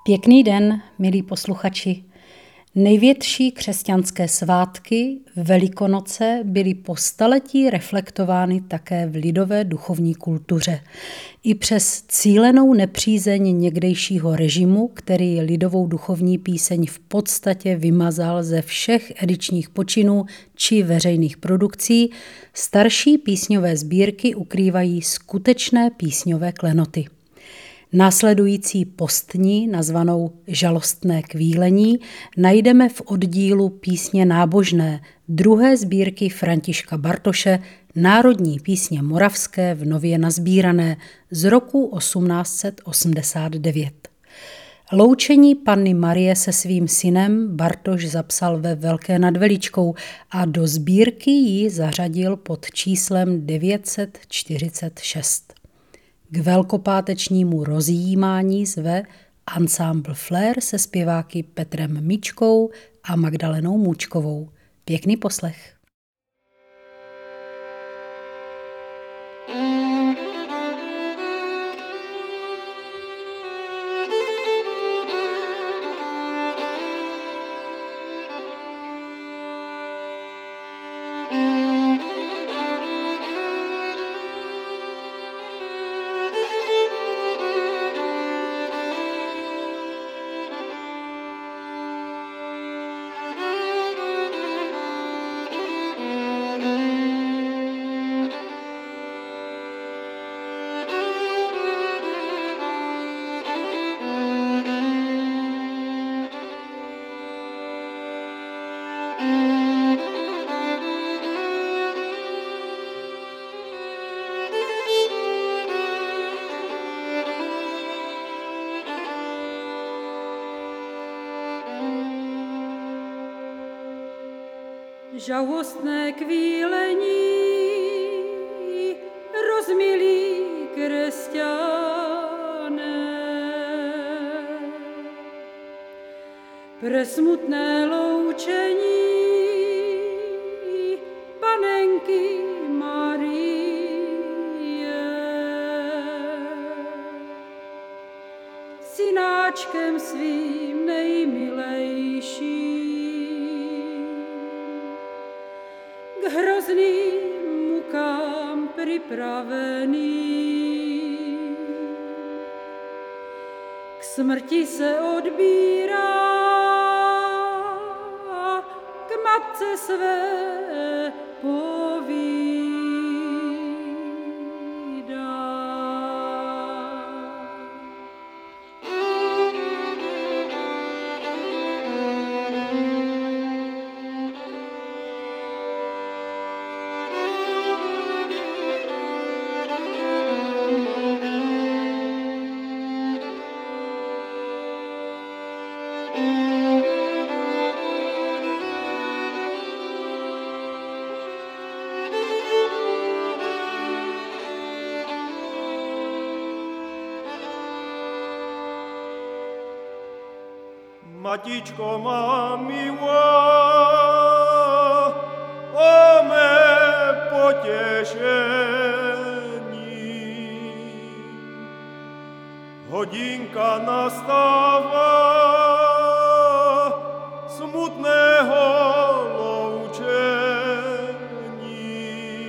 Pěkný den, milí posluchači. Největší křesťanské svátky, Velikonoce, byly po staletí reflektovány také v lidové duchovní kultuře. I přes cílenou nepřízeň někdejšího režimu, který lidovou duchovní píseň v podstatě vymazal ze všech edičních počinů či veřejných produkcí, starší písňové sbírky ukrývají skutečné písňové klenoty. Následující postní, nazvanou Žalostné kvílení, najdeme v oddílu Písně nábožné druhé sbírky Františka Bartoše Národní písně moravské v nově nazbírané z roku 1889. Loučení Panny Marie se svým synem Bartoš zapsal ve Velké nad Veličkou a do sbírky ji zařadil pod číslem 946. K velkopátečnímu rozjímání zve Ensemble Flair se zpěváky Petrem Míčkou a Magdalenou Můčkovou. Pěkný poslech. Žalostné kvílení, rozmilí křesťané, pre smutné loučení panenky Marie, synáčkem svým nejmilejším, k hrozným mukám připravený, k smrti se odbírá, k matce své povídá. Matičko má milá, o mé potěšení. Hodinka nastává smutného loučení.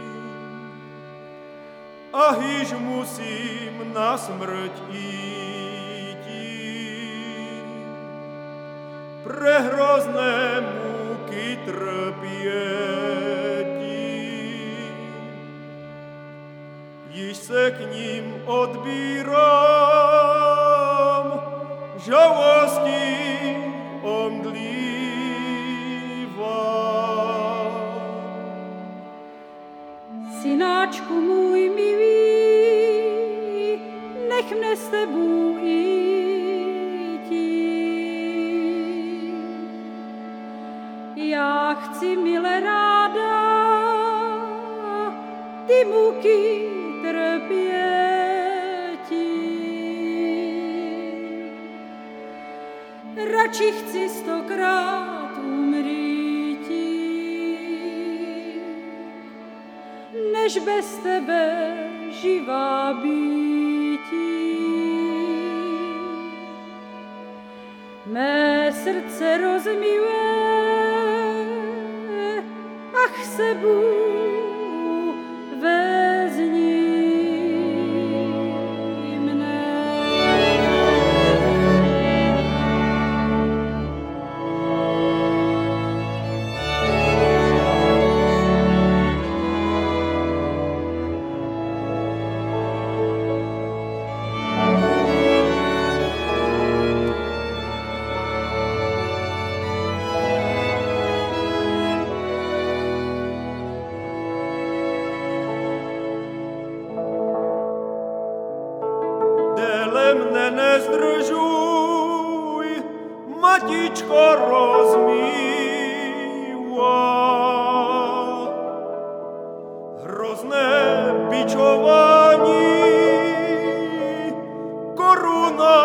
A hyž musím na smrť pre hrozné múky trpětí. Již se k ním odbírám, žalosti omdlívá. Synáčku můj milý, nech mne s tebou já chci mile ráda ty muky trpětí. Radši chci 100krát umrítí, než bez tebe živá býtí. srdce rozmilé, ach sebou vezmi mne. Mne nezdržuj, matičko rozmýva. Hrozné bičování, koruna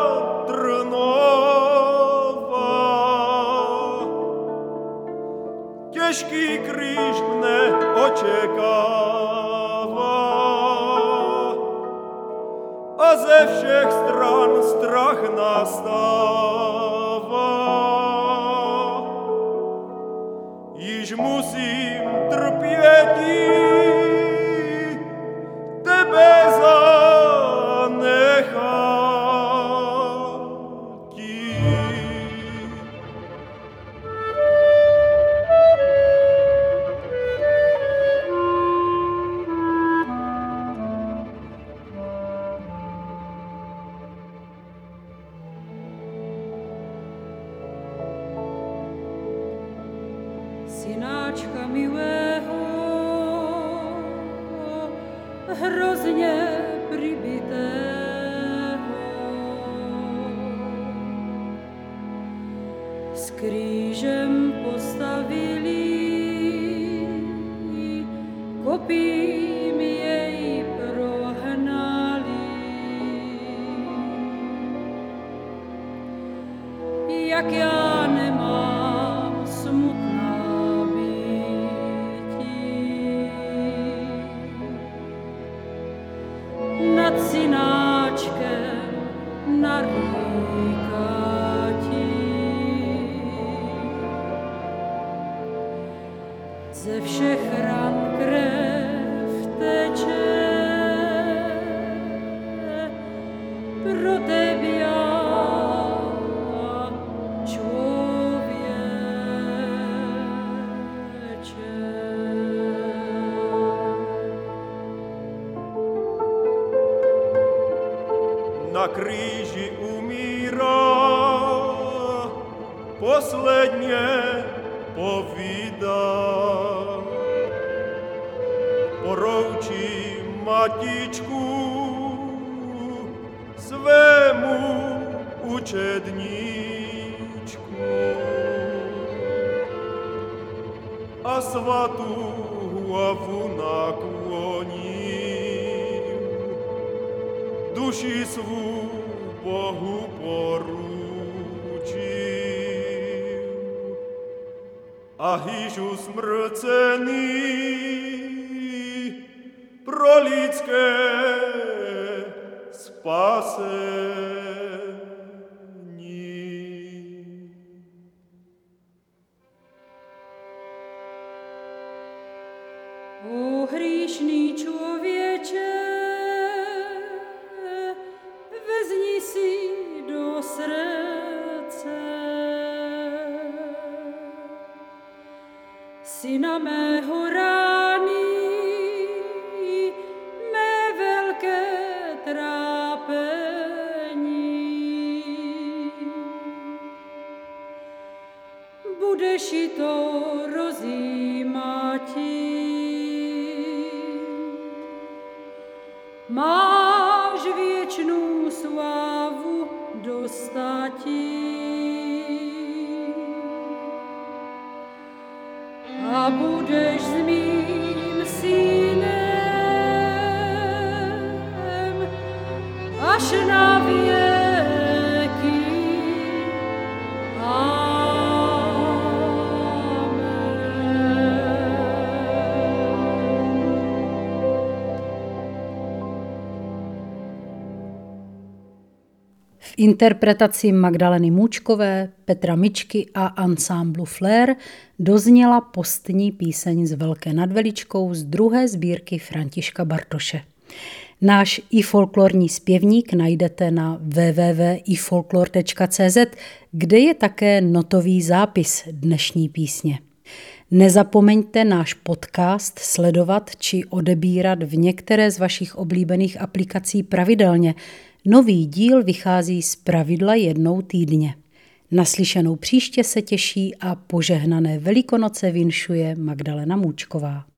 trnová. Těžký kříž mne očekává. A ze všech stran strach nastává. Již musím trpěti tebe zanechati. Synáčka milého, hrozně pribitého, s křížem postavili, kopím jej prohnali. Jak já nemám smutná nad synáčkem narýkati. Ze všech ran krev teče, pro tebe já Na kříži umírá, posledně povídá. Poroučím matičku svému učedníčku a svatou hlavu nakloním, duši svou Bohu poručím. A již usmrcený pro lidské spasení. O hříšný člověče, vezmi si do srdce syna mého rány, mé velké trápení. Budeš i to rozjímati, máš věčnou slávu dostati. A budeš s mým synem až na věky. interpretaci Magdaleny Můčkové, Petra Mičky a ansámblu Flair dozněla postní píseň s Velké nad Veličkou z druhé sbírky Františka Bartoše. Náš ifolklorní zpěvník najdete na www.ifolklor.cz, kde je také notový zápis dnešní písně. Nezapomeňte náš podcast sledovat či odebírat v některé z vašich oblíbených aplikací pravidelně. Nový díl vychází zpravidla jednou týdně. Naslyšenou příště se těší a požehnané Velikonoce vinšuje Magdalena Můčková.